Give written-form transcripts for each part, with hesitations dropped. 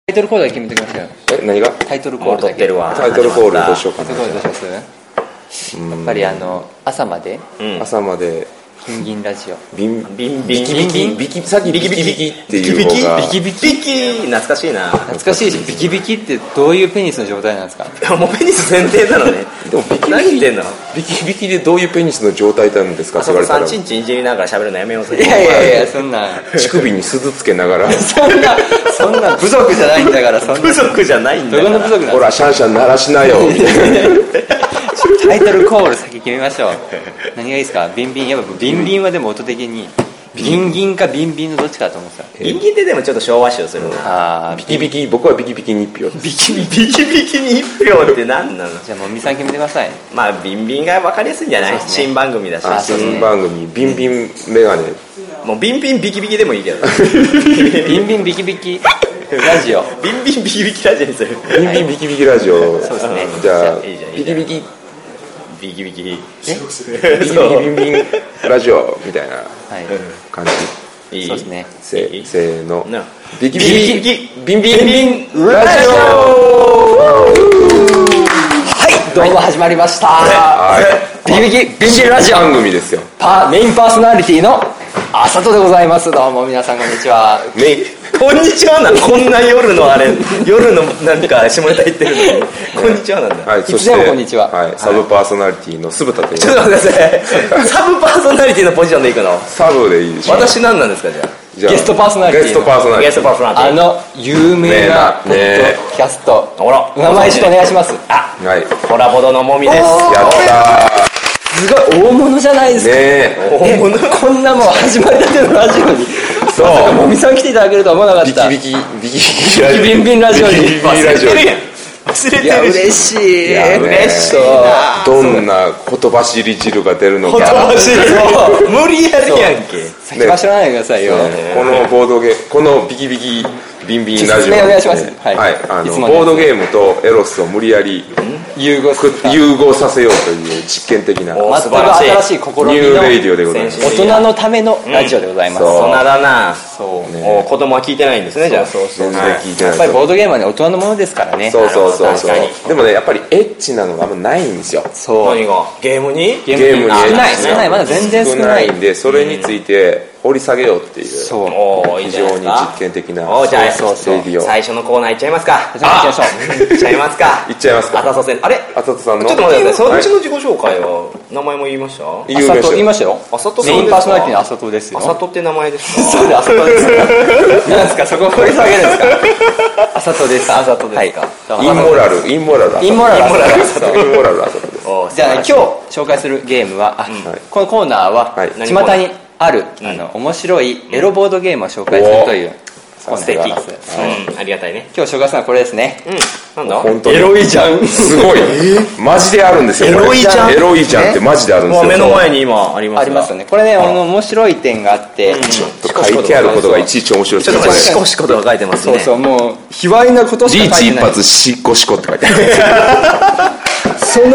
タイトルコールだけ決めてくださいよ。 何が？ タイトルコールだけ。 タイトルコールどうしようかな。 タイトルコールどうします？やっぱり朝まで朝までギンギンラジオ。 ビキさっきビキビキっていう方がビキビキ懐かしいな。 懐かしいし、ビキビキってどういうペニスの状態なんですか？ もうペニス前提なのね。 でも何言ってんの？ ビキビキでどういうペニスの状態なんですかって言われたら、 チンチンいじりながら喋るのやめようぜ。 いやそんな乳首に鈴つけながらそんな部族じゃないんだから。そんな部族じゃないんだから。 どこの部族なんですか？ ほらシャンシャン鳴らしなよみたいな。 タイトルコール先決めましょう。何がいいですか？ビンビン。やっぱビンビンはでも音的にギンギンかビンビンのどっちかと思ってた。 ギンギンってでもちょっと昭和集するの。 ビキビキ、僕はビキビキに1票。 ビキビキに1票って何なの？ じゃあもうみさん決めてください。 まあビンビンが分かりやすいんじゃない？新番組だし。 新番組ビンビンメガネ。 もうビンビンビキビキでもいいけど。 ビンビンビキビキラジオ。 ビンビンビキビキラジオにする。 ビンビンビキビキラジオ。 そうですね。 じゃあビキビキビキビキビキビキビンビンラジオみたいな感じ。 そうですね。 せーの。ビキビキビンビンラジオ。はい、どうも始まりました。ビキビキビンビンラジオ番組ですよ。 メインパーソナリティのあさとでございます。どうも皆さんこんにちは。 こんにちはなの。こんな夜のなんか下ネタ言ってるのにこんにちはなんだ。 はい、そしてこんにちは。 はい、サブパーソナリティの酢豚という。 ちょっと待ってください。サブパーソナリティのポジションでいくの？ サブでいいでしょ。 私何なんですかじゃあ？ ゲストパーソナリティ。 ゲストパーソナリティ。 ィ。 有名なポッドキャスト。 ほら、 お名前ちょっとお願いします。 はい。 コラボドのもみです。 やったー。 すごい大物じゃないですか。 ね大物。こんなもう始まりたてのラジオに。そう。まさかもみさん来ていただけるとは思わなかった。 ビキビンビンラジオに。 忘れてる。 いや嬉しい。 嬉しい。 どんな言葉尻汁が出るのか。 無理やりやんけ。 先走らないでくださいよ。 このボードゲーム、このビキビキビンビンラジオ。 お願いします。 はい。ボードゲームとエロスを無理やり融合させようという実験的な。 全く新しい試みのニューレイディオでございます。 大人のためのラジオでございます。 大人だな。 そう。 子供は聞いてないんですね、じゃあ。 全然聞いてない。 やっぱりボードゲームはね、大人のものですからね。 そう。でもね、やっぱりエッチなのがあんまないんですよ。 そう。 何が？ゲームに少ない。まだ全然少ないんで、それについて掘り下げようっていう。 そう。 非常に実験的な。 じゃあ、 最初のコーナーいっちゃいますか。 いっちゃいますか。 浅戸先生。あれ？ 浅戸さんの。 ちょっと待ってください。そのうちの自己紹介は名前も言いました？ 言いましたよ。 浅戸さん。 メインパーソナリティの浅戸ですよ。 浅戸って名前ですか？ そうです、浅戸です。なんですか、そこ掘り下げるんですか？浅戸です。浅戸ですか。 インモラル浅戸です。 じゃあ今日紹介するゲームは、このコーナーは巷にある面白いエロボードゲームを紹介するというコーナーでございます。 ありがたいね。 今日紹介するのはこれですね。 なんだ？ エロいじゃん。 すごい。マジであるんですよ。 エロいじゃん。 エロいじゃんってマジであるんですよ。 目の前に今あります。 ありますよね。これね、面白い点があって、 ちょっと書いてあることがいちいち面白い。 ちょっとシコシコとか書いてますね。 そう、もう卑猥なことしか書いてない。 リーチ一発シコシコって書いてある。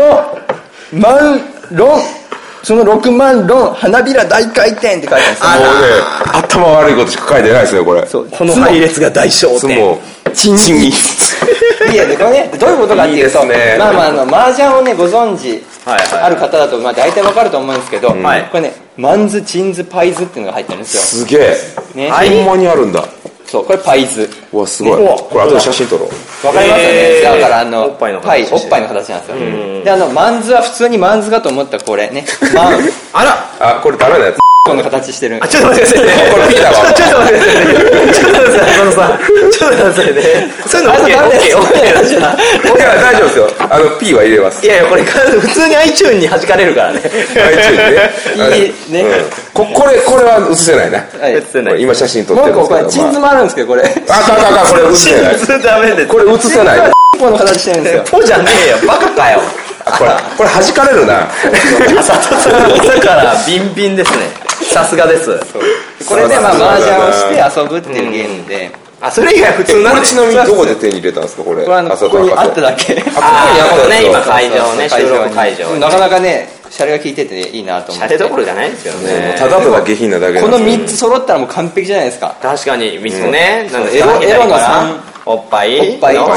その6万論花びら大回転って書いてあるんですよ。 もうね、頭悪いことしか書いてないですね、これ。 この配列が大小点。 チンギ。いや、これね、どういうことかっていうと、麻雀をね、ご存知ある方だと、大体わかると思うんですけど、これね、マンズ、チンズ、パイズっていうのが入ってるんですよ。 すげえ。ほんまにあるんだ。 そう、これパイズ。 うわ、すごい。これ後で写真撮ろう。 わかりますよね。だからおっぱいの形。 おっぱいの形なんですよ。で、マンズは普通にマンズかと思ったこれね。 あ、これダメなやつ。 この形してる。 ちょっと待ってくださいね。 これピーだわ。 ちょっと待ってくださいね。ちょっと待ってください、浅野さん。ちょっと待ってくださいね。そういうの OK。 大丈夫ですよ。P は入れます。 いやいや、これ普通に iTunes に弾かれるからね。 iTunes ね。 いいね。 これは映せないな。 映せない。 今写真撮ってるんですけど。 これチンズもあるんですけど、これ。 これ映せない。 チンズダメです。 これ映せない。 ポの形してるんですよ。 ポじゃねえよ、バカかよ。 これ弾かれるな。 浅戸さんだからビンビンですね。さすがです。 これで麻雀をして遊ぶっていうゲームで。 それ以外普通なんで。 これちなみにどこで手に入れたんですか、これ。 ここにあっただけ。 ここに今会場ね、収録会場。 なかなかね、シャレが効いてていいなと思って。 シャレどころじゃないですよね。 ただただ下品なだけ。 この3つ揃ったらもう完璧じゃないですか。 確かに3つね。 エロの3 おっぱいおっぱい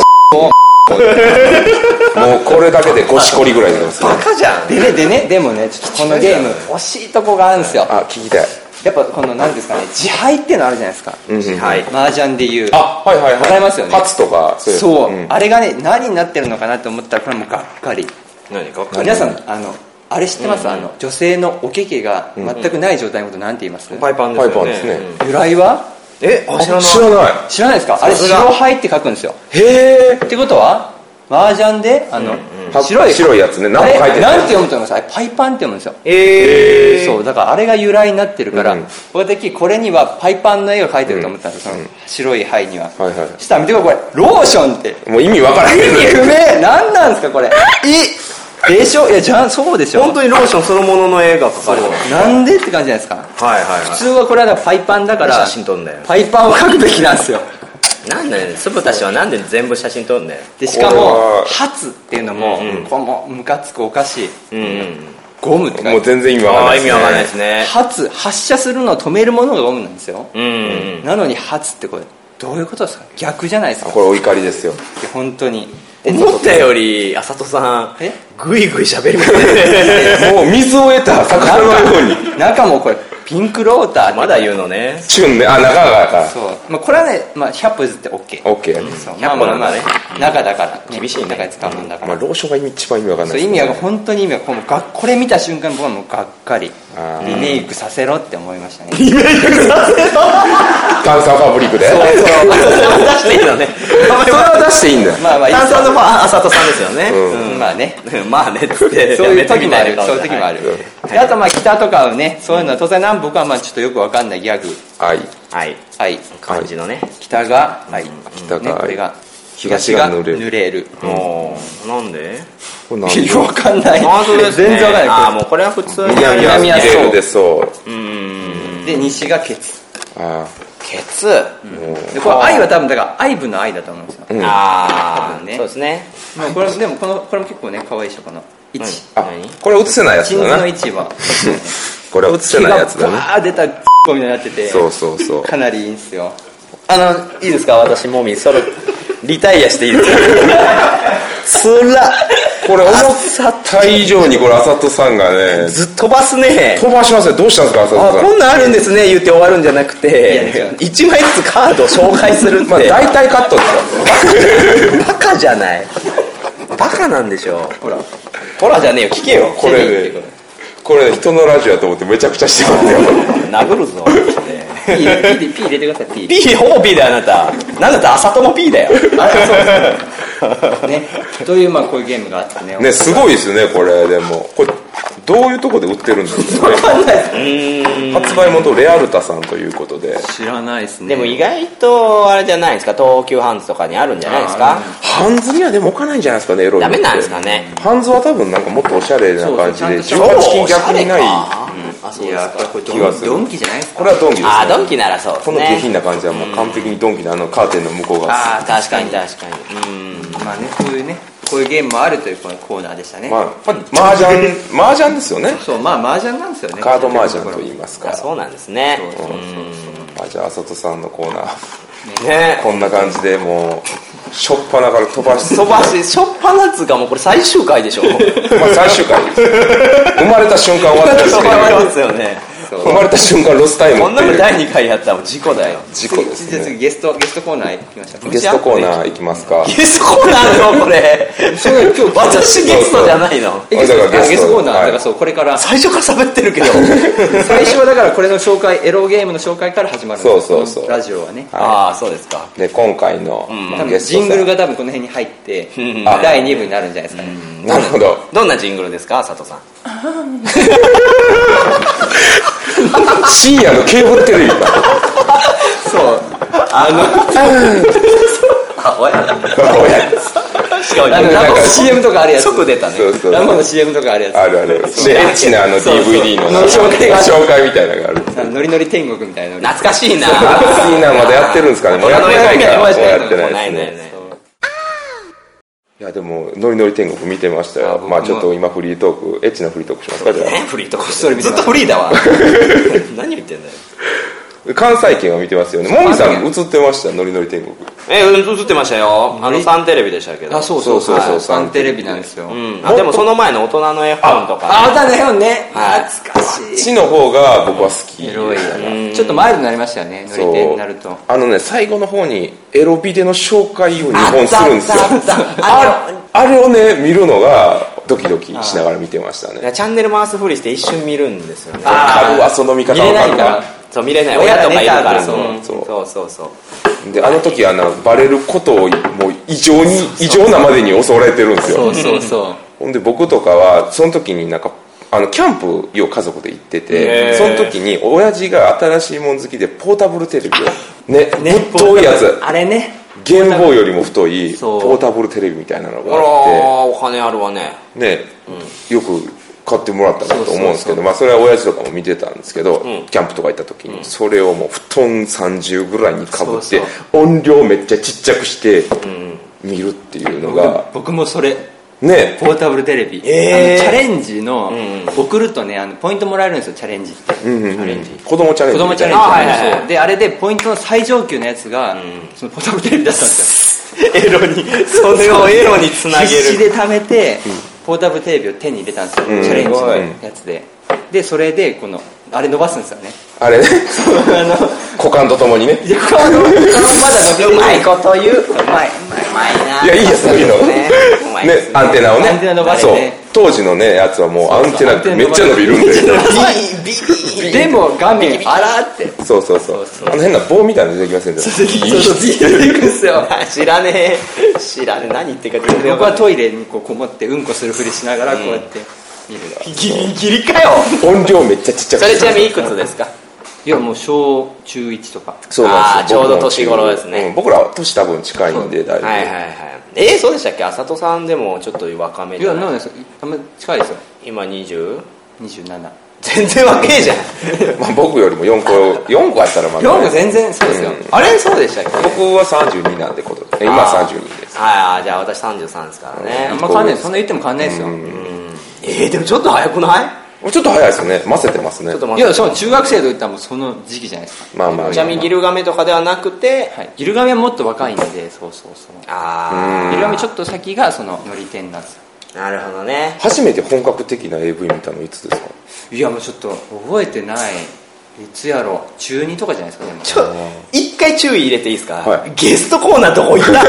もうこれだけで5しこりぐらい出ますバカじゃん。 でもねちょっとこのゲーム惜しいとこがあるんですよ。 あ、聞きたい。 やっぱこの何ですかね、自敗っていうのあるじゃないですか。 自敗。 麻雀でいう。 あ、はいはいはい。 わかりますよね。 勝つとかそう、あれがね何になってるのかなと思ったらこれもがっかり。 何がっかり。 皆さんあれ知ってます？女性のおけけが全くない状態のことなんて言います？ パイパンですね。 由来は？ 知らない。 知らないですか？あれ白灰って書くんですよ。 へー。 ってことは麻雀で白いやつね。何も書いてない。 なんて読むと思います？あれパイパンって読むんですよ。そうだからあれが由来になってるから、僕的これにはパイパンの絵が描いてると思ったんですよ。その白い灰には。そしたら見てください、これローションって。 もう意味わからへん。 意味不明。何なんですかこれ。でしょ。いやじゃあそうでしょ。 本当にローションそのものの絵が描かれてる。 なんでって感じじゃないですか。 はい。 普通はこれはパイパンだから写真撮るんだよ。 パイパンを描くべきなんですよ。 なんだよね、酢豚氏はなんで全部写真撮るんだよ。 でしかもハツっていうのもこのムカつくおかしい。ゴムって書いてある。 もう全然意味わかんないですね。 意味わかんないですね。 発射するのを止めるものがゴムなんですよ。なのに発ってこれどういうことですか？逆じゃないですか。 これお怒りですよ。 本当に思ったよりあさとさんグイグイ喋りますね。もう水を得た魚のように。 中もこれピンクローターまだ言うのね。 チュンね。あ、中がそう。これはね、100歩譲って OK。 OK。 100歩なんだね。 中だから厳しい中で使うもんだから。 ローションが一番意味わかんない。 意味は本当に意味はこれ見た瞬間僕はもうがっかり。リメイクさせろって思いましたね。 リメイクさせろ。 炭酸ファブリックで。 そう。出していいのね。 それは出していいんだよ。 炭酸のあさとさんですよね。 まあね。 まあねってそういう時もある。そういう時もある。あと北とかをね、そういうのは当然僕はちょっとよくわかんないギャグ。 はい。漢字のね。 北が愛。 北が愛。 東が濡れる。 なんで？ わかんない。全然わかんない。 ああ、もうこれは普通。 南はそうでそう。 で西がケツ。 ケツ。 でこれ愛は多分だから愛部の愛だと思うんですよ。 ああ、そうですね。 これでもこれも結構ね可愛いでしょこの位置。 これ映せないやつだな。 鎮座の位置は。 これは映せないやつだね。 バー出たみたいになってて。 そう。 かなりいいんですよ。 いいですか、私もみそれリタイアしていいですか？つら。 これ思った以上にこれあさとさんがねずっと飛ばすね。 飛ばしますね。どうしたんですかあさとさん。 こんなんあるんですね言って終わるんじゃなくて1枚ずつカードを紹介するって。 大体カットですよ。バカじゃない。バカなんでしょ。ほらじゃねえよ、聞けよ。 これ人のラジオだと思ってめちゃくちゃしてますよ。 殴るぞ。 P 入れてください。 P ほぼ P だよあなた。なんだってあさとも P だよ。 ね。というこういうゲームがあってね。 ね、すごいですねこれ。でもこれどういうとこで売ってるんですかね。発売元レアルタさんということで。 知らないですね。 でも意外とあれじゃないですか、東急ハンズとかにあるんじゃないですか。 ハンズにはでも置かないんじゃないですかね。エロいダメなんですかね。 ハンズは多分なんかもっとおしゃれな感じで18金逆にない。 いやこれドンキじゃないですか。 これはドンキですね。 あ、ドンキならそうですね。 この下品な感じはもう完璧にドンキのカーテンの向こうが。 ああ、確かに。 こういうゲームもあるというこのコーナーでしたね。 麻雀ですよね。 そう、麻雀なんですよね。 カード麻雀と言いますか。 そうなんですね。 じゃああさとさんのコーナーこんな感じでもうしょっぱなから飛ばししょっぱなっつうかもうこれ最終回でしょ。 最終回です。生まれた瞬間終わったんですけど。 終わりますよね。 生まれた瞬間ロスタイム。 こんなの第2回やったら事故だよ。 事故ですね。 次ゲストコーナー行きましょう。 ゲストコーナー行きますか。 ゲストコーナーのこれ。今日私ゲストじゃないの。 ゲストコーナーだからそうこれから最初から喋ってるけど。 最初はだからこれの紹介、エロゲームの紹介から始まるんです。 そうラジオはね。 ああそうですか。 で今回のゲストジングルが多分この辺に入って第2部になるんじゃないですかね。 なるほど。 どんなジングルですか佐藤さん。 深夜のケーブルテレビだ。 そうラモの CM とかあるやつ。 即出たね。 ラモの CM とかあるやつ。 ある。でエッチなDVD の紹介みたいなのがある。 ノリノリ天国みたいな。 懐かしいな。 懐かしいな。まだやってるんですかね。もうやってないから。もうやってないですね。いやでもノリノリ天国見てましたよ。ちょっと今フリートーク、エッチなフリートークしますか。じゃあフリートークずっとフリーだわ。何言ってんだよ。 関西圏は見てますよね。もみさん映ってました、ノリノリ天国。 映ってましたよ。サンテレビでしたけど。 そう、サンテレビなんですよ。 でもその前の大人の絵本とか。 大人の絵本ね。懐かしい。 地の方が僕は好き。 エロいよ。ちょっとマイルドになりましたよね、ノリ天になると。 最後の方にエロビデの紹介を2本するんですよ。あれをね、見るのがドキドキしながら見てましたね。 チャンネル回すふりして一瞬見るんですよね。 その見方わかるか。 そう、見れない。親とかいるから。そう。 で、あの時バレることをもう異常なまでに襲われてるんですよ。 そう。 ほんで僕とかは、その時にキャンプを家族で行ってて、その時に親父が新しいもん好きでポータブルテレビを、太いやつ。 あれね。 ゲームボーイよりも太いポータブルテレビみたいなのがあって。 お金あるわね。 よく買ってもらったなと思うんですけど、それは親父とかも見てたんですけど、キャンプとか行った時にそれをもう布団30ぐらいにかぶって音量めっちゃちっちゃくして見るっていうのが、 僕もそれね、 ポータブルテレビ、チャレンジの送るとね、ポイントもらえるんですよ。チャレンジって子供チャレンジで、あれでポイントの最上級のやつがそのポータブルテレビだったんですよ。 エロに、それをエロにつなげる。 必死で貯めてポータブルテレビを手に入れたんですよ、チャレンジのやつで。でそれであれ伸ばすんですよね。 あれね、股間とともにね。 股間まだ伸びる。 うまいこと言う。うまいな。 いや、いいや、そういうのね。アンテナをね。 アンテナ伸ばしてね。 当時のねやつはもうアンテナってめっちゃ伸びるんで。 でも画面あらって。 そう。変な棒みたいなの出てきませんでした。 出てくるんですよ。 知らねえ。何言ってるか全然。 僕はトイレにこもってうんこするふりしながらこうやって見る。 ギリギリかよ。 音量めっちゃちっちゃく。 それちなみにいくつですか？ いやもう小中1とか。 そうなんですよ。ちょうど年頃ですね。 僕らは年多分近いんで大丈夫。 はい。そうでしたっけ？あさとさんでもちょっと若めじゃない？ いや、なんですよ。近いですよ。 今 27。 全然若えじゃん。僕よりも4個あったらまだ。 4個全然そうですよ。 あれそうでしたっけ？ 僕は32なんで今32です。 はい、じゃあ私33ですからね。 あんま変わんない。そんな言っても変わんないですよ。 でもちょっと早くない？ ちょっと早いですね。混ぜてますね。 いや、その中学生と言ったらもうその時期じゃないですか。 ちなみにギルガメとかではなくて、 ギルガメはもっと若いんで、そう。ギルガメちょっと先がそのノリ天なんですよ。 なるほどね。 初めて本格的な AV 見たのいつですか？ いやもうちょっと覚えてない。いつやろう、中2とかじゃないですか。でも一回注意入れていいですか？ はい、 ゲストコーナーどこ行った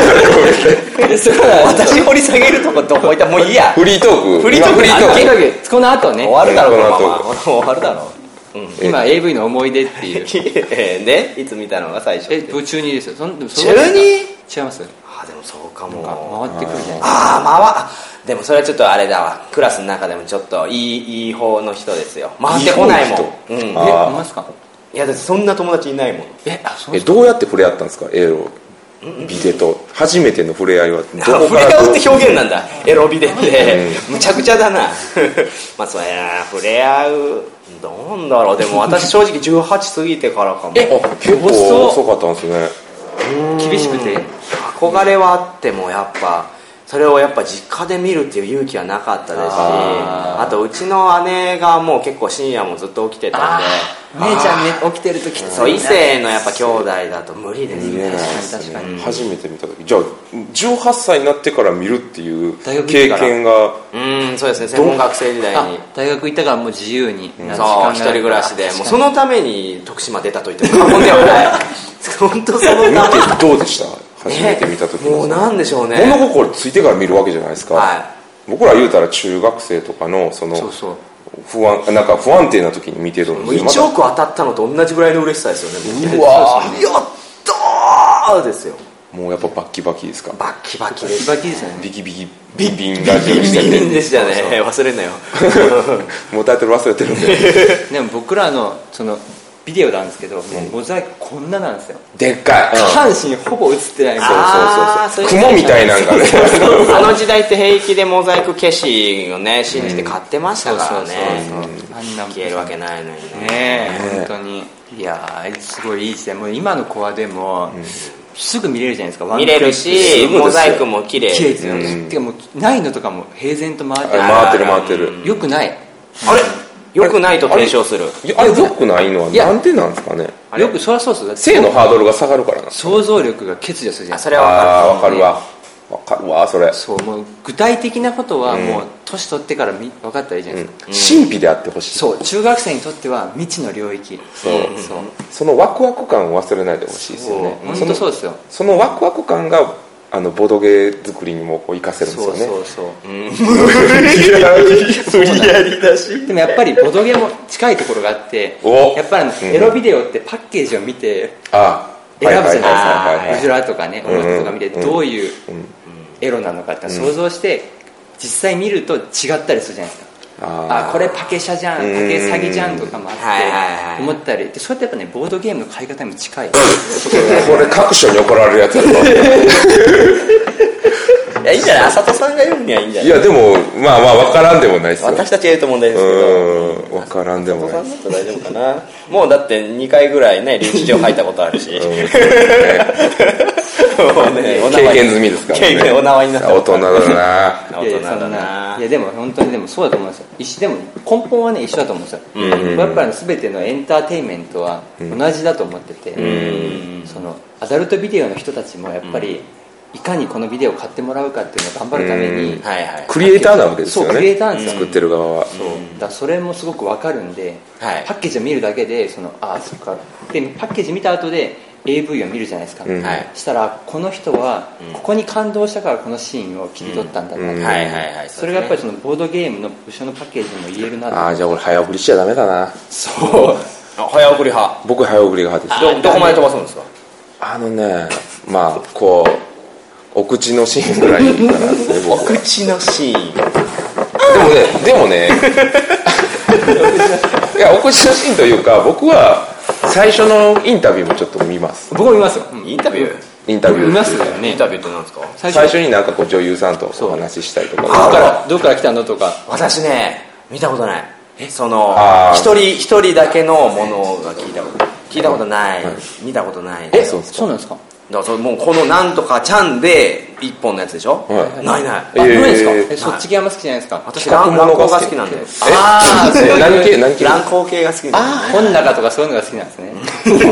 私掘り下げるとこどこ行った？もういいや。 フリートークこの後ね、 終わるだろう。終わるだろう。 今 AV の思い出っていうでいつ見たのが最初？ 僕中2ですよ。中 2？ 違います？ でもそうかも。 回ってくるじゃないですか。 でもそれはちょっとあれだわ。クラスの中でもちょっといい方の人ですよ。回ってこないもん。 いますか？ いやだってそんな友達いないもん。 どうやって触れ合ったんですか？エロビデと初めての触れ合いはどこから？ 触れ合うって表現なんだ。エロビデってむちゃくちゃだな。そりゃ触れ合うどんだろう。でも私正直18過ぎてからかも。 結構遅かったんですね。 厳しくて憧れはあってもやっぱそれをやっぱ実家で見るっていう勇気はなかったですし、あとうちの姉がもう結構深夜もずっと起きてたんで、 姉ちゃんね起きてるときついな。 そう異性のやっぱ兄弟だと無理ですね。 確かに。 初めて見た時、じゃあ18歳になってから見るっていう経験が、 そうですね。専門学生時代に大学行ったからもう自由に、 そう一人暮らしで、もうそのために徳島出たと言っても過言ではない。本当そのため。 どうでした？初めて見た時もうなんでしょうね。 物心ついてから見るわけじゃないですか。僕ら言うたら中学生とかのその不安定な時に見てるんで、 1億当たったのと同じぐらいの嬉しさですよね。 うわーやったーですよ。 もうやっぱバッキバキですか？ バッキバキです。 バキですよね。 ビキビキビンビンラジオでしたね。 ビンビンでしたね。忘れんなよ。 もうタイトル忘れてるんで。 でも僕らのそのビデオなんですけど、もうモザイクこんななんですよ。 でっかい。 下半身ほぼ映ってない。 そう。雲みたいなんかね。 あの時代って平気でモザイク消しをね信じて買ってましたからね。 あんな消えるわけないのにね。本当に。いやすごいいい時代。もう今の子はでもすぐ見れるじゃないですか。 見れるしモザイクも綺麗ですよね。てかもうないのとかも平然と回ってる。 回ってる。 よくない。 あれ良くないと提唱する。 あれ良くないのはなんでなんですかね。 よくそりゃそうです。 性のハードルが下がるからな。 想像力が欠如するじゃないですか。 それは分かるわ。分かるわそれ。 そう、もう具体的なことはもう年取ってから分かったらいいじゃないですか。 神秘であってほしい。 そう、中学生にとっては未知の領域。 そのワクワク感を忘れないでほしいですよね。 本当そうですよ。 そのワクワク感がボドゲ作りにも活かせるんですよね。 そう。 無理やりだし。 でもやっぱりボドゲも近いところがあって、やっぱりエロビデオってパッケージを見て選ぶじゃないですか。ビジュアルとかね、音楽とか見てどういうエロなのかって想像して実際見ると違ったりするじゃないですか。これパケシャじゃん、パケ詐欺じゃんとかもあって思ったりで、そうやってやっぱねボードゲームの買い方にも近い。これ各所に怒られるやつだと。 いや、いいんじゃない、あさとさんが言うにはいいんじゃない。 いやでもまあ分からんでもないですよ。 私たちが言うと問題ですけど、 分からんでもない。 あさとさんだと大丈夫かな。もうだって2回ぐらいね留置場入ったことあるし、経験済みですからね。 お縄になった。 大人だな。 大人だな。 いやでも本当にでもそうだと思うんですよ。でも根本はね一緒だと思うんですよ。やっぱり全てのエンターテインメントは同じだと思ってて、そのアダルトビデオの人たちもやっぱりいかにこのビデオを買ってもらうかっていうのを頑張るために、 クリエイターなわけですよね。 そう、クリエイターなんですよ。 作ってる側は。 それもすごく分かるんで、パッケージを見るだけでそっかでパッケージ見た後で AV を見るじゃないですか。したらこの人はここに感動したからこのシーンを切り取ったんだなって、それがやっぱりそのボードゲームの後ろのパッケージにも言えるな。 じゃあ俺早送りしちゃダメだな。 そう。 早送り派。 僕早送り派です。 どこまで飛ばすんですか。 まあこうお口のシーンぐらいかなですね。 お口のシーン。 でもねいやお口のシーンというか、僕は最初のインタビューもちょっと見ます。 僕も見ますよ。 インタビュー見ますよね。 インタビューって何ですか。 最初になんかこう女優さんとお話ししたりとか、 どこから来たのとか。 私ね見たことない。その一人だけのものが聞いたことない、見たことない。 そうなんですか。 だからもうこのなんとかちゃんで一本のやつでしょ。ないない。 ないですか。そっち系あんま好きじゃないですか。 私乱行が好きなんで。 何系乱行系が好きなんで。 本の中とかそういうのが好きなんですね。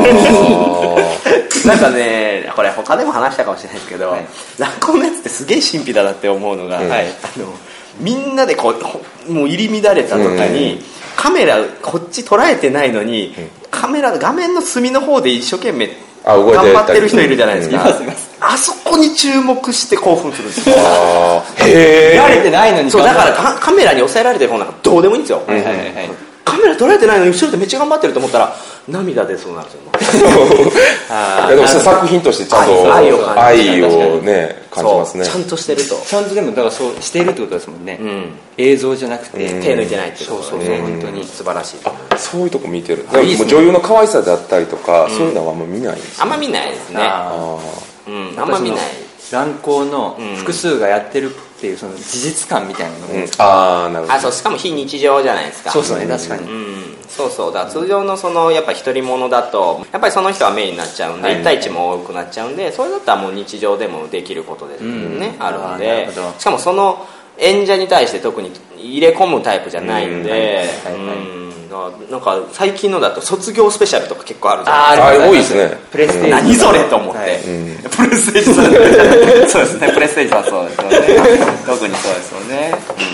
なんかね、これ他でも話したかもしれないですけど、乱行のやつってすげえ神秘だなって思うのが、みんなでこうもう入り乱れた時にカメラこっち捉えてないのに、カメラ画面の隅の方で一生懸命頑張ってる人いるじゃないですか。あそこに注目して興奮するんですよ。 見られてないのに。 そうだからカメラに抑えられてる方なんかどうでもいいんですよ。カメラ撮られてないのに後ろでめっちゃ頑張ってると思ったら涙出そうなんですよ。 でも作品としてちゃんと愛をね感じますね。 ちゃんとしてると。 ちゃんとでもだからそうしているってことですもんね。映像じゃなくて手抜いてないってこと。 そう本当に素晴らしい。 そういうとこ見てる。女優の可愛さだったりとかそういうのはあんま見ないんです。 あんま見ないですね。あんま見ない。 乱行の複数がやってるっていうその事実感みたいなのも、 なるほど。 そうしかも非日常じゃないですか。 そうですね、確かに。 そうだから通常のそのやっぱ一人者だとやっぱりその人はメインになっちゃうんで、1対1も多くなっちゃうんで、それだったらもう日常でもできることですね、あるので、しかもその演者に対して特に入れ込むタイプじゃないんで、なんか最近のだと卒業スペシャルとか結構あるじゃないですか。 多いですね。 プレステージ何それと思って、プレステージさんそうですね、プレステージさんそうですよね。特にそうですよね。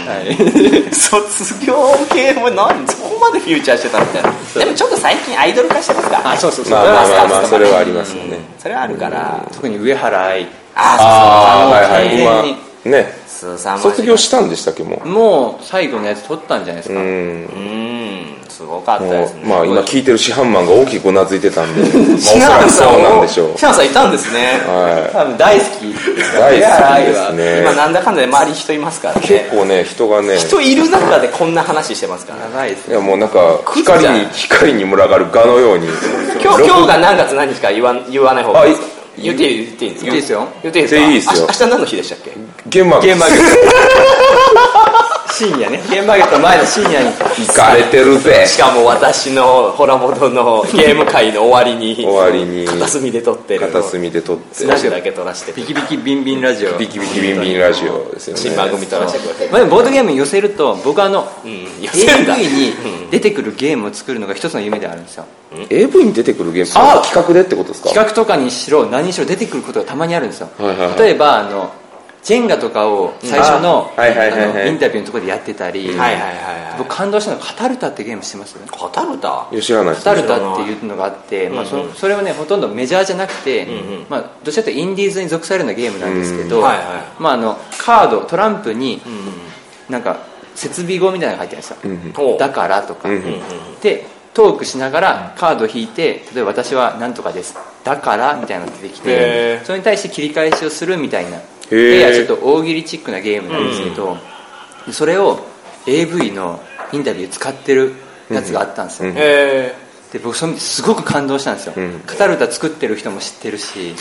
卒業系もそこまでフューチャーしてたみたいな。でもちょっと最近アイドル化してますからね。 そうまあそれはありますよね。 それはあるから。 特に上原愛。 今ね。卒業したんでしたっけ。 もう最後のやつ撮ったんじゃないですか。 すごかったですね。 まあ今聞いてる師範マンが大きくうなずいてたんで、おそらくそうなんでしょう。 師範さんいたんですね。 多分大好きですね。 今なんだかんだで周り人いますからね。 結構ね人がね。 人いる中でこんな話してますから。 長いですね。 いやもうなんか光に群がる蛾のように。 今日が何月何日か言わない方がいいですか。言っていいですか。 言っていいですよ。 明日何の日でしたっけ。 ゲームマーク。 深夜ね、ゲームマーケットの前の深夜に行かれてるぜ。 しかも私のホラボドのゲーム会の終わりに片隅で撮ってる片隅で撮ってラジオだけ撮らせてビキビキビンビンラジオビキビキビンビンラジオですよね。 新番組撮らせてくれて、 でもボードゲームに寄せると僕AV に出てくるゲームを作るのが一つの夢であるんですよ。 AV に出てくるゲーム、企画でってことですか？ 企画とかにしろ何にしろ出てくることがたまにあるんですよ、 はいはいはい、 例えばジェンガとかを最初のインタビューのところでやってたり、僕感動したのがカタルタってゲームしてます？ カタルタ？ 知らないです。 カタルタっていうのがあって、まあ、それはねほとんどメジャーじゃなくて、まあ、どちらかというとインディーズに属されるようなゲームなんですけど、まあ、カードトランプになんか設備語みたいなのが入ってるんですよ、だからとか、でトークしながらカードを引いて、例えば私は何とかですだからみたいなのが出てきて、それに対して切り返しをするみたいな、ややちょっと大喜利チックなゲームなんですけど、それを AV のインタビュー使ってるやつがあったんですよ、で僕それ見てすごく感動したんですよ、カタルタ作ってる人も知ってるし、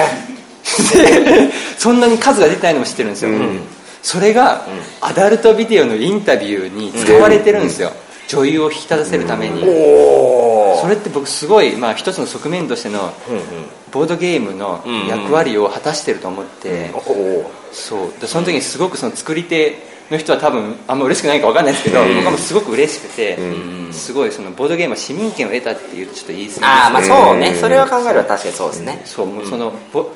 そんなに数が出てないのも知ってるんですよ、それがアダルトビデオのインタビューに使われてるんですよ、女優を引き立たせるために、それって僕すごい、まあ、一つの側面としてのボードゲームの役割を果たしてると思って、そうでその時にすごくその作り手の人は多分あんま嬉しくないか分かんないですけど、僕はもうすごく嬉しくて、すごいそのボードゲームは市民権を得たっていうとちょっと言い過ぎですけど、 まあそうね、それは考えれば確かにそうですね、 そうもうその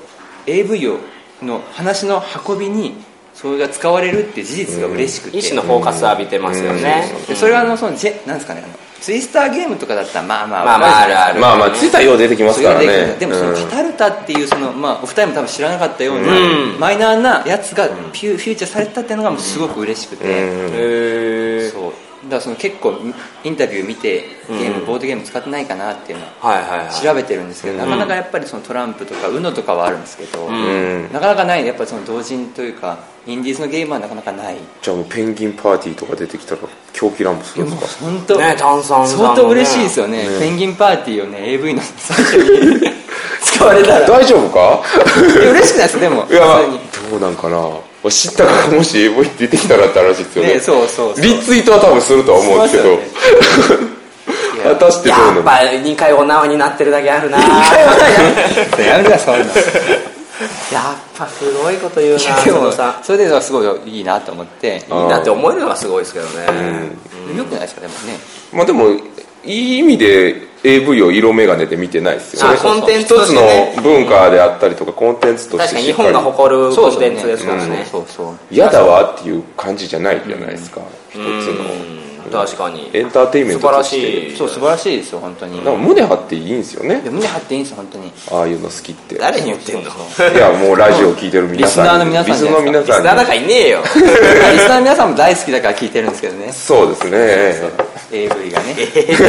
AV の話の運びにそれが使われるっていう事実が嬉しくて、 一種のフォーカス浴びてますよね、 でそれはなんですかね、ツイスターゲームとかだったらまああるまあツイスターよう出てきますからね。 でもそのカタルタっていうまあお二人も多分知らなかったようなマイナーなやつがフューチャーされたっていうのがすごく嬉しくて、そうだからその結構インタビュー見てボードゲーム使ってないかなっていうのを調べてるんですけど、なかなかやっぱりそのトランプとか UNO とかはあるんですけど、なかなかない、やっぱりその同人というかインディーズのゲームはなかなかない。 じゃあもうペンギンパーティーとか出てきたら狂気乱舞するんですか？ 本当ね、炭酸相当嬉しいですよね、ペンギンパーティーをね AV の最初に使われたら大丈夫か？ 嬉しくないですでもいや、どうなんかな、知ったからもし AV 出てきたらって話ですよね。 そうリツイートは多分するとは思うんですけど、果たしてどうなの？ やっぱ2回お縄になってるだけあるな。 やめてそんなやっぱすごいこと言うな。 でもそれではすごいいいなと思って、 いいなって思えるのがすごいですけどね、 よくないですかでもね。 まあでもいい意味で AV を色眼鏡で見てないですよね。 コンテンツ一つの文化であったりとかコンテンツとして確かに日本が誇るコンテンツですからね。 嫌だわっていう感じじゃないじゃないですか、一つの確かにエンターテインメントとして素晴らしいですよ本当に。 なんか胸張っていいんですよね。 胸張っていいんですよ本当に。 ああいうの好きって。 誰に言ってんの？ いやもうラジオ聞いてる皆さん、 リスナーの皆さん、 リスナーなんかいねえよ。 リスナーの皆さんも大好きだから聞いてるんですけどね。 そうですね。 AV がね。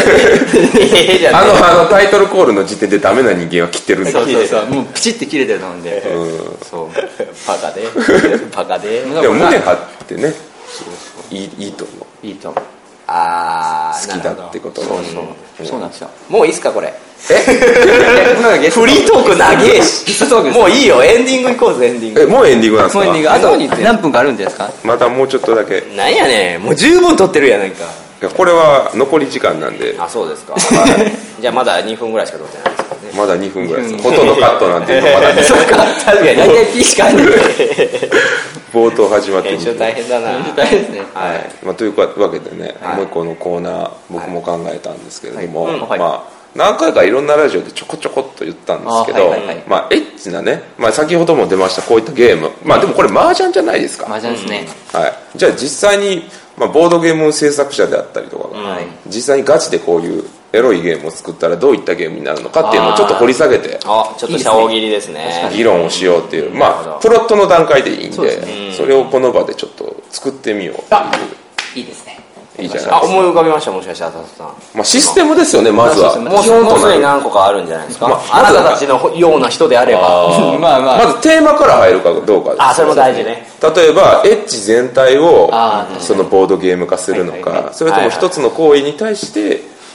あのタイトルコールの時点でダメな人間は切ってるんですよ。 そうもうピチって切れてるので。そうバカでバカで。 でも胸張ってね、いいと思う。 いいと思う。 好きだってことは。 そうなんですよ。 もういいっすかこれ？ フリートーク長えし。 もういいよ、エンディング行こうぜ。エンディング。 もうエンディングなんですか？ もうエンディング。あと何分かあるんですか？ またもうちょっとだけ。 なんやねん、もう十分撮ってるやないか。 これは残り時間なんで。 あ、そうですか。じゃあまだ2分ぐらいしか撮ってないですかね。 まだ2分ぐらいです。ほとんどカットなんていうのまだね。 そうか、確かに大体 P しか入ってない。 冒頭始まって編集大変だな。 編集大変ですね。 はい。まあというわけでね、もう一個のコーナー僕も考えたんですけれども、まあ何回かいろんなラジオでちょこちょこっと言ったんですけど、まあエッチなね、まあ先ほども出ましたこういったゲーム、まあでもこれ麻雀じゃないですか。 麻雀ですね。 はい。じゃあ実際にまあボードゲーム制作者であったりとかが実際にガチでこういうエロいゲームを作ったらどういったゲームになるのかっていうのをちょっと掘り下げて、 ちょっとした大喜利ですね。 議論をしようっていう、まあプロットの段階でいいんで、それをこの場でちょっと作ってみようっていう。 いいですね。 いいじゃないですか。 思い浮かびました、もしかしたら佐藤さん。 まあシステムですよね、まずは。 もうすでに何個かあるんじゃないですか。あなたたちのような人であれば。 まずテーマから入るかどうかです。 それも大事ね。 例えばエッチ全体をそのボードゲーム化するのか、それとも一つの行為に対して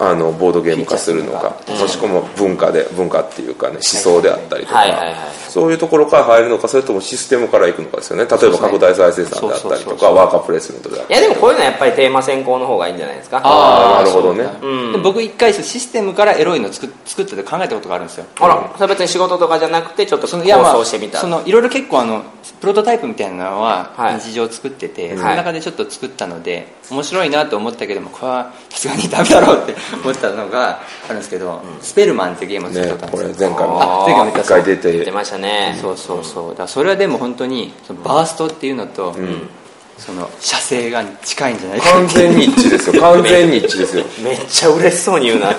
ボードゲーム化するのか、もしくは文化っていうかね、思想であったりとか、そういうところから入るのか、それともシステムから行くのかですよね。例えば拡大再生産であったりとか、ワーカープレイスメントであったり。 いやでもこういうのはやっぱりテーマ先行の方がいいんじゃないですか。 なるほどね。 僕一回システムからエロいの作ってて考えたことがあるんですよ。 あら、それ別に仕事とかじゃなくてちょっと構想してみた。 いろいろ結構プロトタイプみたいなのは日常作ってて、その中でちょっと作ったので面白いなと思ったけども、これはさすがにダメだろうって思ったのがあるんですけど、スペルマンってゲームを作ったんですよ。 これ前回も一回出ましたね。 そうだからそれはでも本当にそのバーストっていうのと、その射精が近いんじゃないか。 完全に一致ですよ。完全に一致ですよ。 めっちゃ嬉しそうに言うな。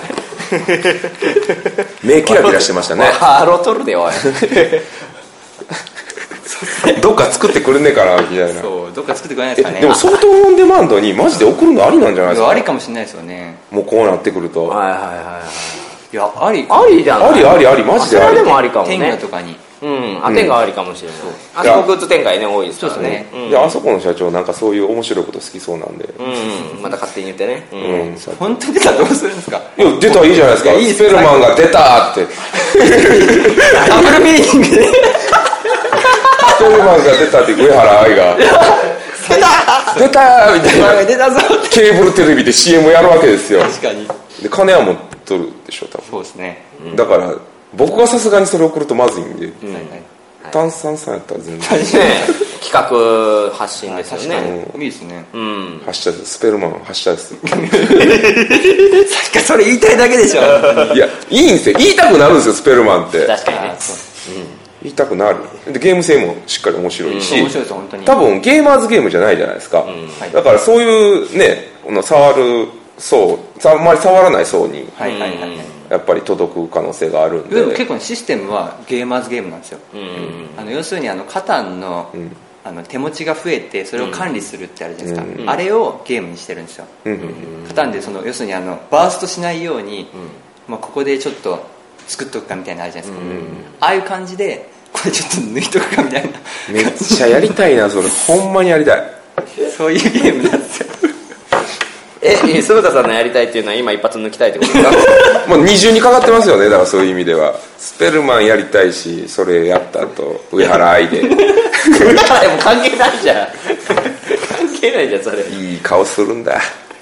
目キラキラしてましたね。 ハロ取るでおい。 どっか作ってくれねえかなみたいな。 そう、どっか作ってくれないですかね。 でも相当オンデマンドにマジで送るのありなんじゃないですか。 ありかもしれないですよね。 もうこうなってくると。 いや、ありじゃない。 ありマジであり。 それでもありかもね。 天下とかに。 天下ありかもしれない。あそこグッズ展開ね多いですからね。 あそこの社長なんかそういう面白いこと好きそうなんで。 また勝手に言ってね。 本当に出たらどうするんですか。 いや出たらいいじゃないですか。スペルマンが出たって。 ダブルミーニングで。 スペルマンが出たって上原愛が出たみたいな。 出たぞ。 ケーブルテレビで CM やるわけですよ。 確かに。 で金は持っとるでしょ多分。 そうですね。 だから僕がさすがにそれ送るとまずいんで。炭酸さんやったら全然。 企画発信ですよね。 いいですね。 発射です。スペルマン発射です。 さっきそれ言いたいだけでしょ。 いやいいんですよ。言いたくなるんですよスペルマンって。 確かにね。 言いたくなる。でゲーム性もしっかり面白いし、 面白いです本当に。 多分ゲーマーズゲームじゃないじゃないですか。だからそういうね、触る層、あんまり触らない層にやっぱり届く可能性があるんで。 結構システムはゲーマーズゲームなんですよ。要するにカタンの手持ちが増えてそれを管理するってあるじゃないですか。あれをゲームにしてるんですよ。カタンで要するにバーストしないように、ここでちょっと作っとくかみたいなのあるじゃないですか。ああいう感じでこれちょっと抜いとくかみたいな。 めっちゃやりたいなそれ。ほんまにやりたい。 そういうゲームなんですよ。 鈴田さんのやりたいっていうのは今一発抜きたいってことですか。 もう二重にかかってますよね。だからそういう意味ではスペルマンやりたいし、それやった後上原愛で。でも関係ないじゃん。関係ないじゃんそれ。 いい顔するんだ。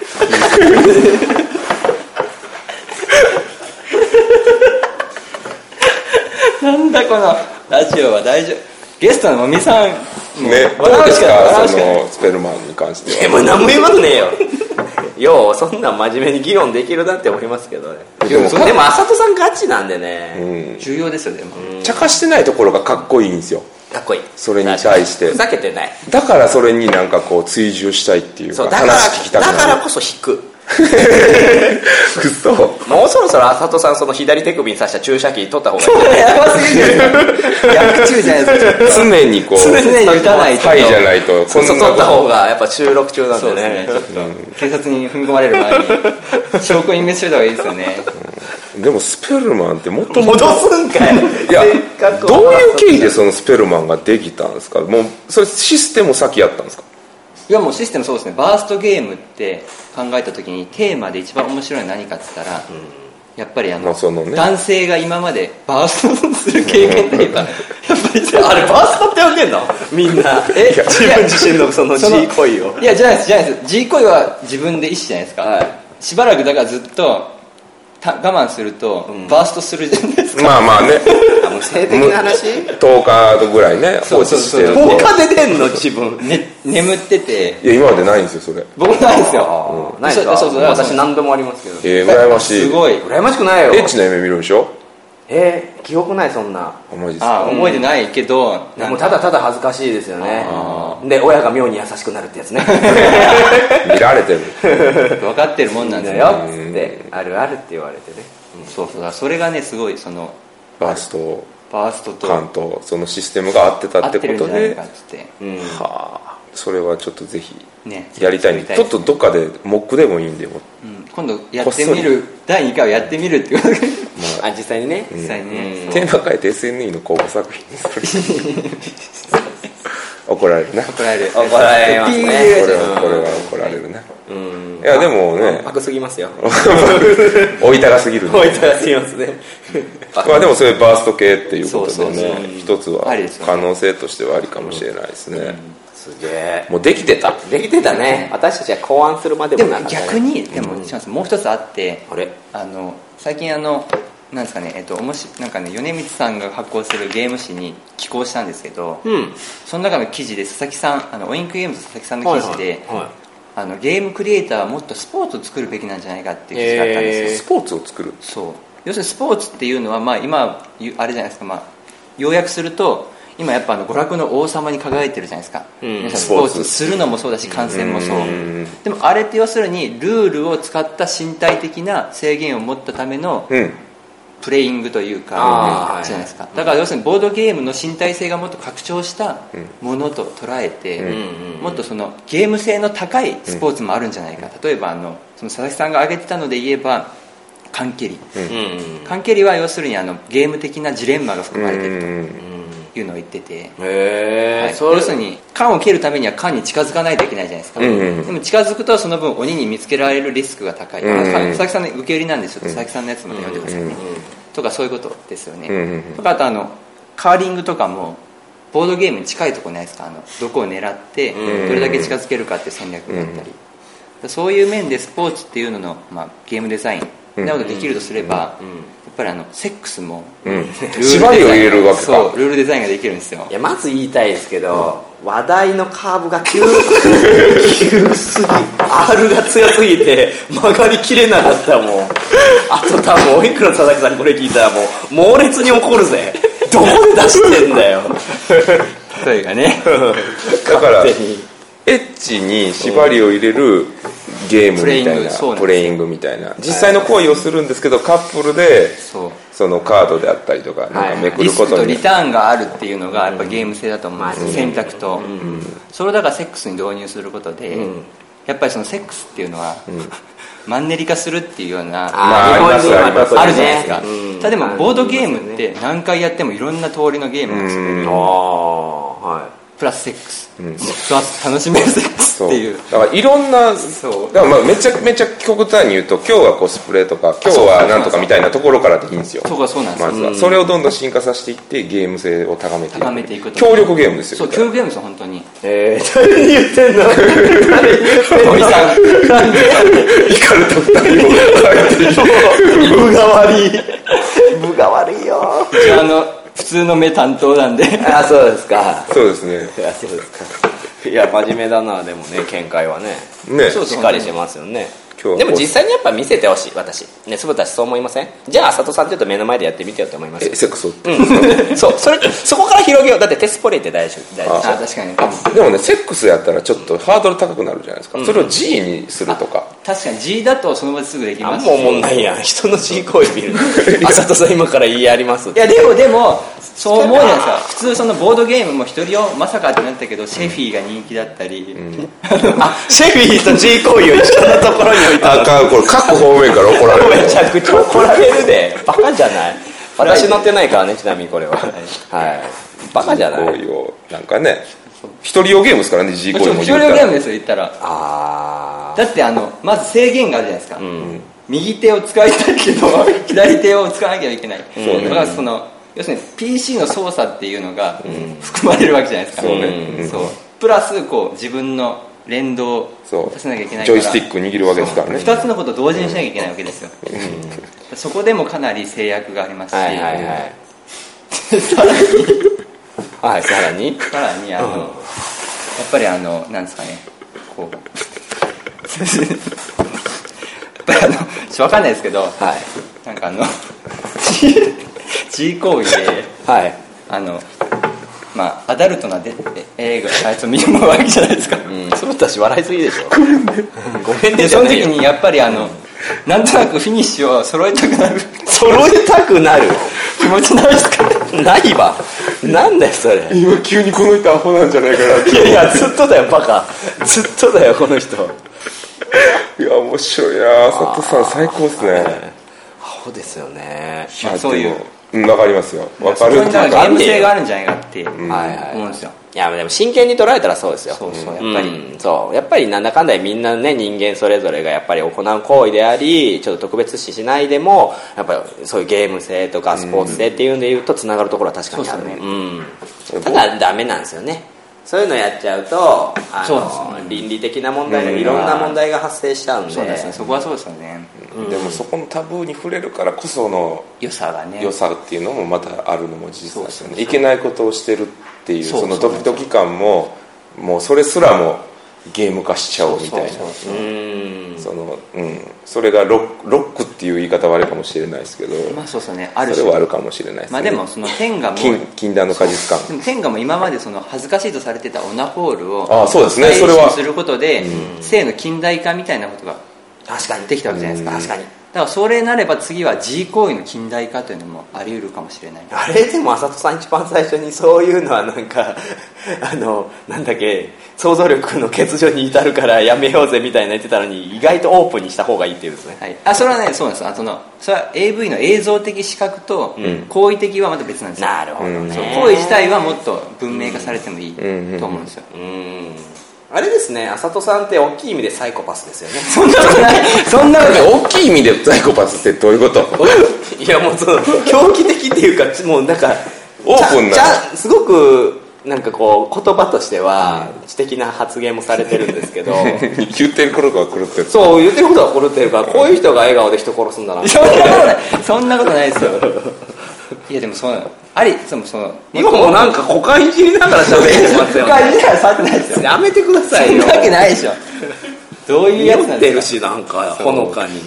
なんだこのラジオは大丈夫。ゲストのもみさんね、 どうですかそのスペルマンに関しては。 もう何も言わんねえよ。ようそんなん真面目に議論できるなって思いますけどね。でも浅戸さんガチなんでね、 重要ですよ。でも茶化してないところがかっこいいんですよ。 かっこいい。 それに対してふざけてない。 だからそれになんかこう追従したいっていうか、 話聞きたくなる。だからこそ引く。 くそ。 もうそろそろ浅戸さんその左手首に刺した注射器取った方がいい。 やばすぎる。薬中じゃないですか。 常にこう常に打たないと。 はいじゃないと。 そう取った方がやっぱ収録中なんでね。 警察に踏み込まれる前に証拠隠滅しといた方がいいですよね。 でもスペルマンってもっと戻すんかい。 いやどういう経緯でそのスペルマンができたんですか。もうそれシステム先やったんですか。 いやもうシステムそうですね。バーストゲームって考えた時にテーマで一番面白いのは何かって言ったら、やっぱり男性が今までバーストする経験といえばやっぱりあれバーストって呼んでんのみんな。自分自身のその G 恋を。 いやじゃないです。G 恋は自分で意思じゃないですか。しばらくだからずっと我慢するとバーストするじゃないですか。 まあね。 もう性的な話 10日ぐらいね放置してる。 10日で出んの自分。 眠ってて。 いや今までないんですよそれ。 僕ないですよ。 ないですか。私何度もありますけど。 羨ましい。 すごい羨ましくないよ。 エッチな夢見るでしょ。 記憶ないそんな。 覚えてないけどでもただただ恥ずかしいですよね。で親が妙に優しくなるってやつね。 見られてる。 分かってるもんなんですよっつってあるあるって言われてね。 そうそれがねすごいそのバーストと感とそのシステムが合ってたってことで、 はあそれはちょっっとぜひやりたいね。ちょっとどっかでモックでもいいんで、 今度やってみる第2回をやってみるってことで、 実際にね、 実際にねテーマ変えて SNE の候補作品にする。怒られるな。 怒られますね。 これは怒られるな。 いやでもねバクすぎますよ置いたらすぎる置いたらすぎますねまあでもそういうバースト系っていうことでね一つはね可能性としてはありかもしれないですね、 すげえもうできてたね私たちは考案するまでもなかった、ね、 でも逆にでももう一つあってあれ最近なんですかねなんかね米光さんが発行するゲーム誌に寄稿したんですけど、その中の記事で佐々木さんオインクゲームズ佐々木さんの記事で、ゲームクリエイターはもっとスポーツを作るべきなんじゃないかっていう記事があったんですよ、 スポーツを作るそう要するにスポーツっていうのは、まあ、今あれじゃないですか、まあ、要約すると今やっぱ娯楽の王様に輝いてるじゃないですか、皆さんスポーツするのもそうだし観戦もそう、でもあれって要するにルールを使った身体的な制限を持ったための、プレイングというかじゃないですか。だから要するにボードゲームの身体性がもっと拡張したものと捉えて、もっとそのゲーム性の高いスポーツもあるんじゃないか。例えばその佐々木さんが挙げてたので言えば缶蹴り、缶蹴りは要するにゲーム的なジレンマが含まれているというのを言ってて、要するに缶を蹴るためには缶に近づかないといけないじゃないですか、でも近づくとその分鬼に見つけられるリスクが高い、佐々木さんの受け売りなんですよ、佐々木さんのやつまで読んでくださいね、とかそういうことですよね、とかあとカーリングとかもボードゲームに近いところないですか、どこを狙ってどれだけ近づけるかっていう戦略だったり、そういう面でスポーツっていうのの、まあ、ゲームデザインなどできるとすれば、やっぱりセックスも縛りを入れるわけか、 そうルールデザインができるんですよ。 いやまず言いたいですけど、話題のカーブが急すぎR が強すぎて曲がりきれなかったもん。あと多分おいくら佐々木さんこれ聞いたらもう猛烈に怒るぜどこで出してんだよそれがねだからエッチに縛りを入れるゲームみたいなプレイングみたいな実際の行為をするんですけど、カップルでそのカードであったりとかなんかめくることにリスクとリターンがあるっていうのがやっぱゲーム性だと思うんですよ、選択と、それをだからセックスに導入することで、やっぱりそのセックスっていうのは、マンネリ化するっていうようなありますありますあるじゃないですか、ただでもボードゲームって何回やってもいろんな通りのゲームが作れる、プラスセックス、楽しめるセックスっていうだからいろんなだからまあめちゃめちゃ極端に言うと今日はコスプレとか今日はなんとかみたいなところからでいいんですよ。 そうなんですよ、 まずはそれをどんどん進化させていってゲーム性を高めていく協力ゲームですよ。 そう協力ゲームですよ本当に。 誰に言ってんの鳥さんイカルト2人を分が悪いよ普通の目担当なんでそうですか。 そうですね。 そうですか。いや真面目だな。でもね見解はねしっかりしてますよね。でも実際にやっぱ見せてほしい私ね。坪田氏そう思いません？じゃあ佐藤さんちょっと目の前でやってみてよと思いますよ。 セックスそこから広げよう。だってテスポレって大事。 確かに。 でもねセックスやったらちょっとハードル高くなるじゃないですか、それを G にするとか。 確かに G だとその場ですぐできますし、 もう問題やん人の G 行為見る佐藤さん今から言いやりますって。 いやでもそう思うじゃないですか。普通そのボードゲームも一人用まさかってなったけどシェフィーが人気だったり、 シェフィーと G 行為を一緒のところに置いたらこれ各方面から怒られる。 めちゃくちゃ怒られるで。バカじゃない。私乗ってないからねちなみにこれは。バカじゃない。 行為をなんかね一人用ゲームですからね。 G 行為も一人用ゲームですよ言ったら。だってまず制限があるじゃないですか、右手を使いたいけど左手を使わなきゃいけない、だから要するに PC の操作っていうのが含まれるわけじゃないですか、そうプラス自分の連動をさせなきゃいけないからジョイスティック握るわけですからね。 2つのことを同時にしなきゃいけないわけですよ、そこでもかなり制約がありますし、さらにやっぱりなんですかねやっぱり分かんないですけど、なんかG 行為でまあアダルトな映画あいつを見るわけじゃないですか。 その人たち笑いすぎでしょ。ごめんね。 その時にやっぱりなんとなくフィニッシュを揃えたくなる気持ちないですか？ないわ。なんだよそれ。 今急にこの人アホなんじゃないかなって。 いやずっとだよバカ。ずっとだよこの人。 いや面白いな佐藤さん最高ですね。 アホですよね。 そういうわかりますよ。わかる。 ゲーム性があるんじゃないかって思うんですよ。 いやでも真剣に捉えたらそうですよ。 そうそう、やっぱり、 そうやっぱりなんだかんだみんなね、人間それぞれがやっぱり行う行為であり、ちょっと特別視しないでもやっぱりそういうゲーム性とかスポーツ性っていうんでいうとつながるところは確かにあるね。ただダメなんですよね。そういうのやっちゃうと倫理的な問題がいろんな問題が発生しちゃうんで、 そうですね、そこはそうですよね。 でもそこのタブーに触れるからこその良さがね、 良さっていうのもまたあるのも事実ですよね。いけないことをしてるっていうそのドキドキ感ももうそれすらもゲーム化しちゃおうみたいな、それがロックっていう言い方はあれかもしれないですけど、 まあそうですね、あるそれはあるかもしれないですね。 まあでもその天下も禁断の果実感、 でも天下も今までその恥ずかしいとされてたオナホールをそうですね、それはすることで性の近代化みたいなことが確かにできたわけじゃないですか。 確かに。 だからそれなれば次は G 行為の近代化というのもあり得るかもしれない。 あれでもあさとさん一番最初にそういうのはなんかなんだっけ、想像力の欠如に至るからやめようぜみたいな言ってたのに意外とオープンにした方がいいっていうんですね。 はい、それはね、そうなんですよ。それは AV の映像的視覚と行為的はまた別なんですよ。 なるほどね。 そう行為自体はもっと文明化されてもいいと思うんですよ。 あれですね、あさとさんって大きい意味でサイコパスですよね。 そんなことない。 そんな大きい意味でサイコパスってどういうこと？ いやもう狂気的っていうか、もうなんかオープンなすごくなんかこう言葉としては知的な発言もされてるんですけど言ってることが狂ってる。 そう言ってることが狂ってるから、こういう人が笑顔で人殺すんだな。 そんなことないですよ。いやでもそうなの。 今もなんか股間いじりながら喋ってますよね。 股間いじりながら触ってないですよ。 やめてくださいよ。 そんなわけないでしょ。どういうやつなんですか。 酔ってるし、なんかほのかに。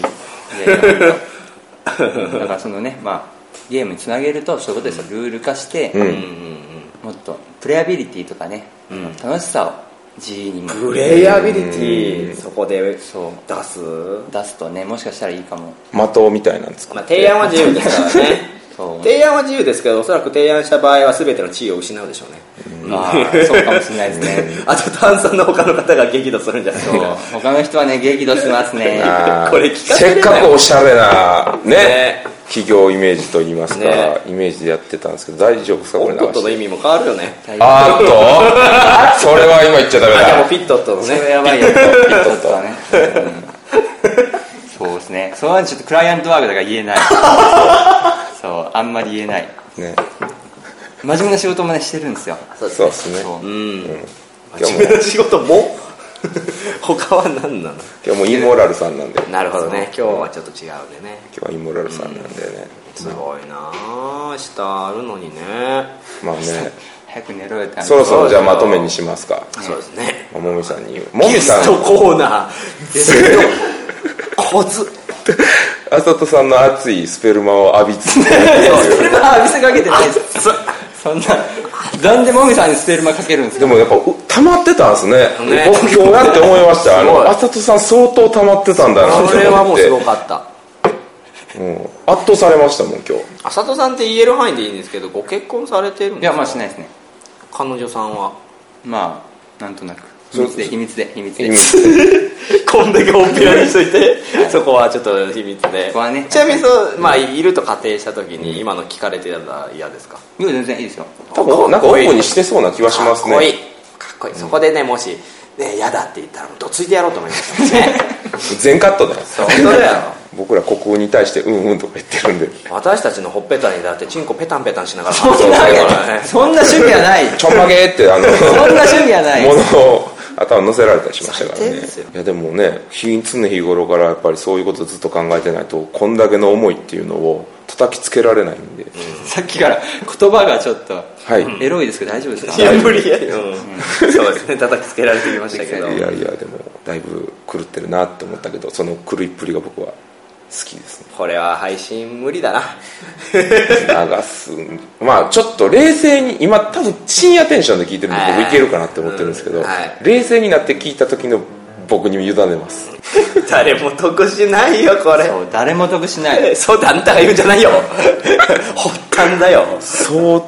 だからそのね、まあゲームにつなげるとそういうことですよ。ルール化して、もっとプレイアビリティとかね、楽しさを G にも。 プレイアビリティそこで出すとね、もしかしたらいいかも。 的みたいなんですか。 まあ提案は自由ですからね。提案は自由ですけど、おそらく提案した場合は全ての地位を失うでしょうね。 そうかもしれないですね。 あと炭酸の他の方が激怒するんじゃないですか。 他の人はね、激怒しますね。 これ聞かせっかくおしゃれなね企業イメージといいますか、イメージでやってたんですけど、大丈夫ですかこれ。 フィットットの意味も変わるよね。 それは今言っちゃダメだ。 でもフィットットのね、 それやばいよ。フィットットはね。そうですね。それはちょっとクライアントワークだから言えない。そう、あんまり言えないね。真面目な仕事もねしてるんですよ。 そうですね。 真面目な仕事も他は何なの。 今日もイモラルさんなんで。 なるほどね。今日はちょっと違うんでね。 今日はイモラルさんなんでね。 すごいなあ、明日あるのにね。 まあね、 早く寝ろよって。 そろそろじゃあまとめにしますか。 そうですね。 もみさんに言う。もみさんゲストコーナーコツ。 あさとさんの熱いスペルマを浴びつつスペルマ浴びせかけてないです。そんなんでもみさんにスペルマかけるんですか。 でもやっぱ溜まってたんですね。僕今日やって思いました。あさとさん相当溜まってたんだなって思って。 それはもうすごかった。 圧倒されましたもん今日。 あさとさんって言える範囲でいいんですけど、ご結婚されてるんですか。 いや、まあしないですね。 彼女さんはまあなんとなく秘密でこんだけ大っぴらにしといてそこはちょっと秘密で。 ここはね、 ちなみにまあいると仮定した時に今の聞かれてたら嫌ですか。 いや全然いいですよ。 多分なんかオープンにしてそうな気はしますね。 かっこいい。そこでね、もしね嫌だって言ったらどついてやろうと思いますね。 全カットだよ。 本当だよ。 僕ら国語に対してうんうんとか言ってるんで、 私たちのほっぺたにだってチンコペタンペタンしながらそんな趣味はない。 ちょんまげってそんな趣味はない。 ものを頭乗せられたりしましたからね。いやでもね、常日頃からやっぱりそういうことをずっと考えてないとこんだけの思いっていうのを叩きつけられないんで、 さっきから言葉がちょっとエロいですけど大丈夫ですか。 いや無理やり、そうですね、叩きつけられてきましたけど、 いやでもだいぶ狂ってるなって思ったけど、その狂いっぷりが僕は好きですね。 これは配信無理だな。 流す。まあちょっと冷静に、今多分深夜テンションで聞いてるんで僕いけるかなって思ってるんですけど、冷静になって聞いた時の僕に委ねます。 誰も得しないよこれ。 そう誰も得しない。 そうあんたが言うんじゃないよ。発端だよ。 そう、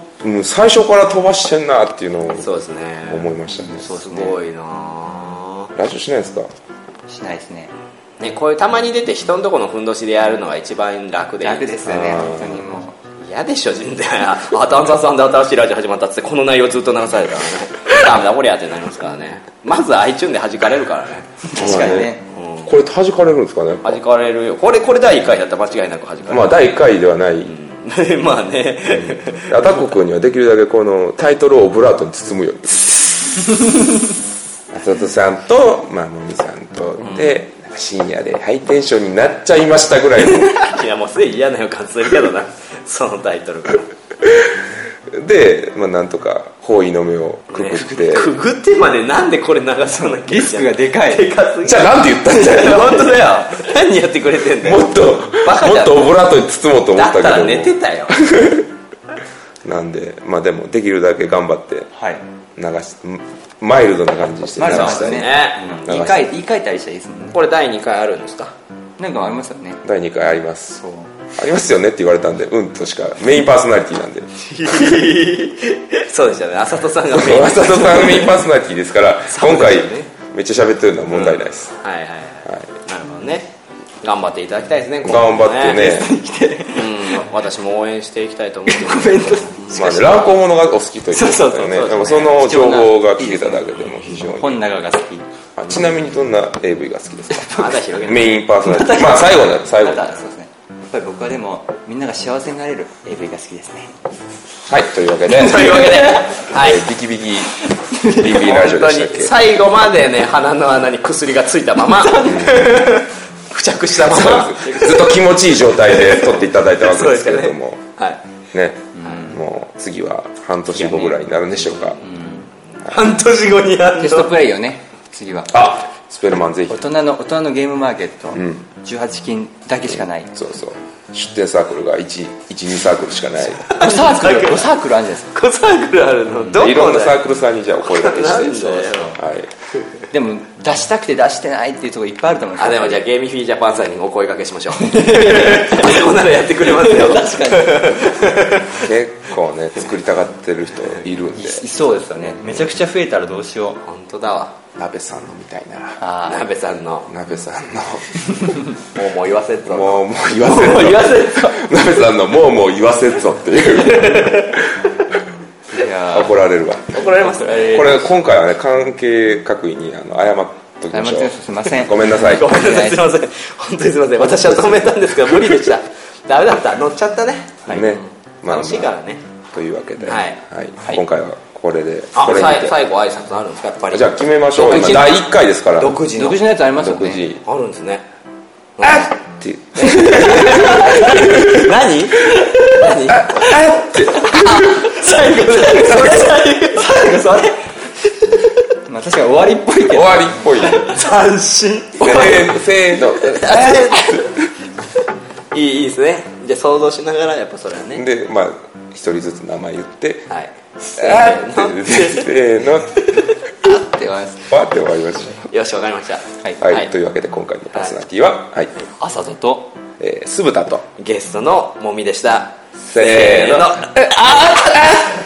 最初から飛ばしてんなっていうのをそうですね、 思いましたね。 すごいな。 ラジオしないですか。 しないですね。 ね、こういうたまに出て人のとこのふんどしでやるのが一番楽でいい。 楽ですよね、本当にもう。 嫌でしょ、全然。ダンサーさんで新しいラジオ始まったってこの内容ずっと流されたからね。 ダメだこりゃってなりますからね。まず iTunes で弾かれるからね。 確かにね、 これ弾かれるんですかね。 弾かれるよ。これ第1回だったら間違いなく弾かれる。 まあ第1回ではない、 まあね、 アタック君にはできるだけこのタイトルをオブラートに包むようにあさとさんともみさんとで、深夜でハイテンションになっちゃいましたぐらいのいやもうすでに嫌な予感するけどなそのタイトルがで、なんとか包囲の目をくぐって、 くぐってまでなんでこれ流そうなきゃリスクがでかい。 でかすぎ。 じゃあなんて言ったんじゃないの。 本当だよ。何やってくれてんだよ。 もっとオブラートに包もうと思ったけども、 だったら寝てたよなんででもできるだけ頑張って流し、マイルドな感じにして流したいね。 言い換えたりしたらいいですもんね。 これ第2回あるんですか。 なんかありますよね。 第2回あります。ありますよねって言われたんでとしか。メインパーソナリティなんでそうでしたね。あさとさんがメインパーソナリティですから今回めっちゃ喋ってるのは問題ないです、 はいはい、なるほどね。頑張っていただきたいですね。 頑張ってね私も応援していきたいと思ってラーコンものがお好きということでね、その情報が聞けただけでも非常に。 本長が好き。 ちなみにどんな AV が好きですか。 まだ広げない。 メインパーソナリティ最後のそうですね。やっぱり僕はでもみんなが幸せになれる AV が好きですね。 はい、というわけでビキビキビビラジオでしたっけ。 最後までね鼻の穴に薬がついたまま付着したままずっと気持ちいい状態で撮っていただいたわけですけれどもね、もう次は半年後ぐらいになるんでしょうか。 半年後にやるテストプレイよね。次はスペルマンぜひ。 大人のゲームマーケット、18金だけしかない。 そう出店サークルが12サークルしかない。 5サークルあるんじゃないですか。 5サークルあるの。 いろんなサークルさんにじゃあお声掛けしてでも出したくて出してないっていうところいっぱいあると思うんですよ。 でもじゃあゲーミフィージャパンさんにお声掛けしましょうこんなのやってくれますよ。確かに結構ね作りたがってる人いるんで。 そうですよね。めちゃくちゃ増えたらどうしよう。 本当だわ。 鍋さんのみたいな。 鍋さんのもう言わせっぞ。 もう言わせっぞ。鍋さんのもう言わせっぞっていう怒られるわ。 怒られますこれ今回はね関係各位に謝っときましょう。 すいません。 ごめんなさい。 すいません。本当にすいません。私は止めたんですけど無理でした。ダメだった。乗っちゃったね。楽しいからね。 というわけで今回はこれで。 最後挨拶あるんですか。やっぱりじゃあ決めましょう。今第1回ですから。 独自のやつありますよね。 あるんですね。 って何最後それ確かに終わりっぽいけど。 終わりっぽい。 斬新。 せーの。 いいですね。じゃあ想像しながらやっぱそれはね。 で一人ずつ名前言ってせーのって終わりました。 よしわかりました。 というわけで今回のパーソナリティは朝戸と酢豚とゲストのもみでした。 せーの。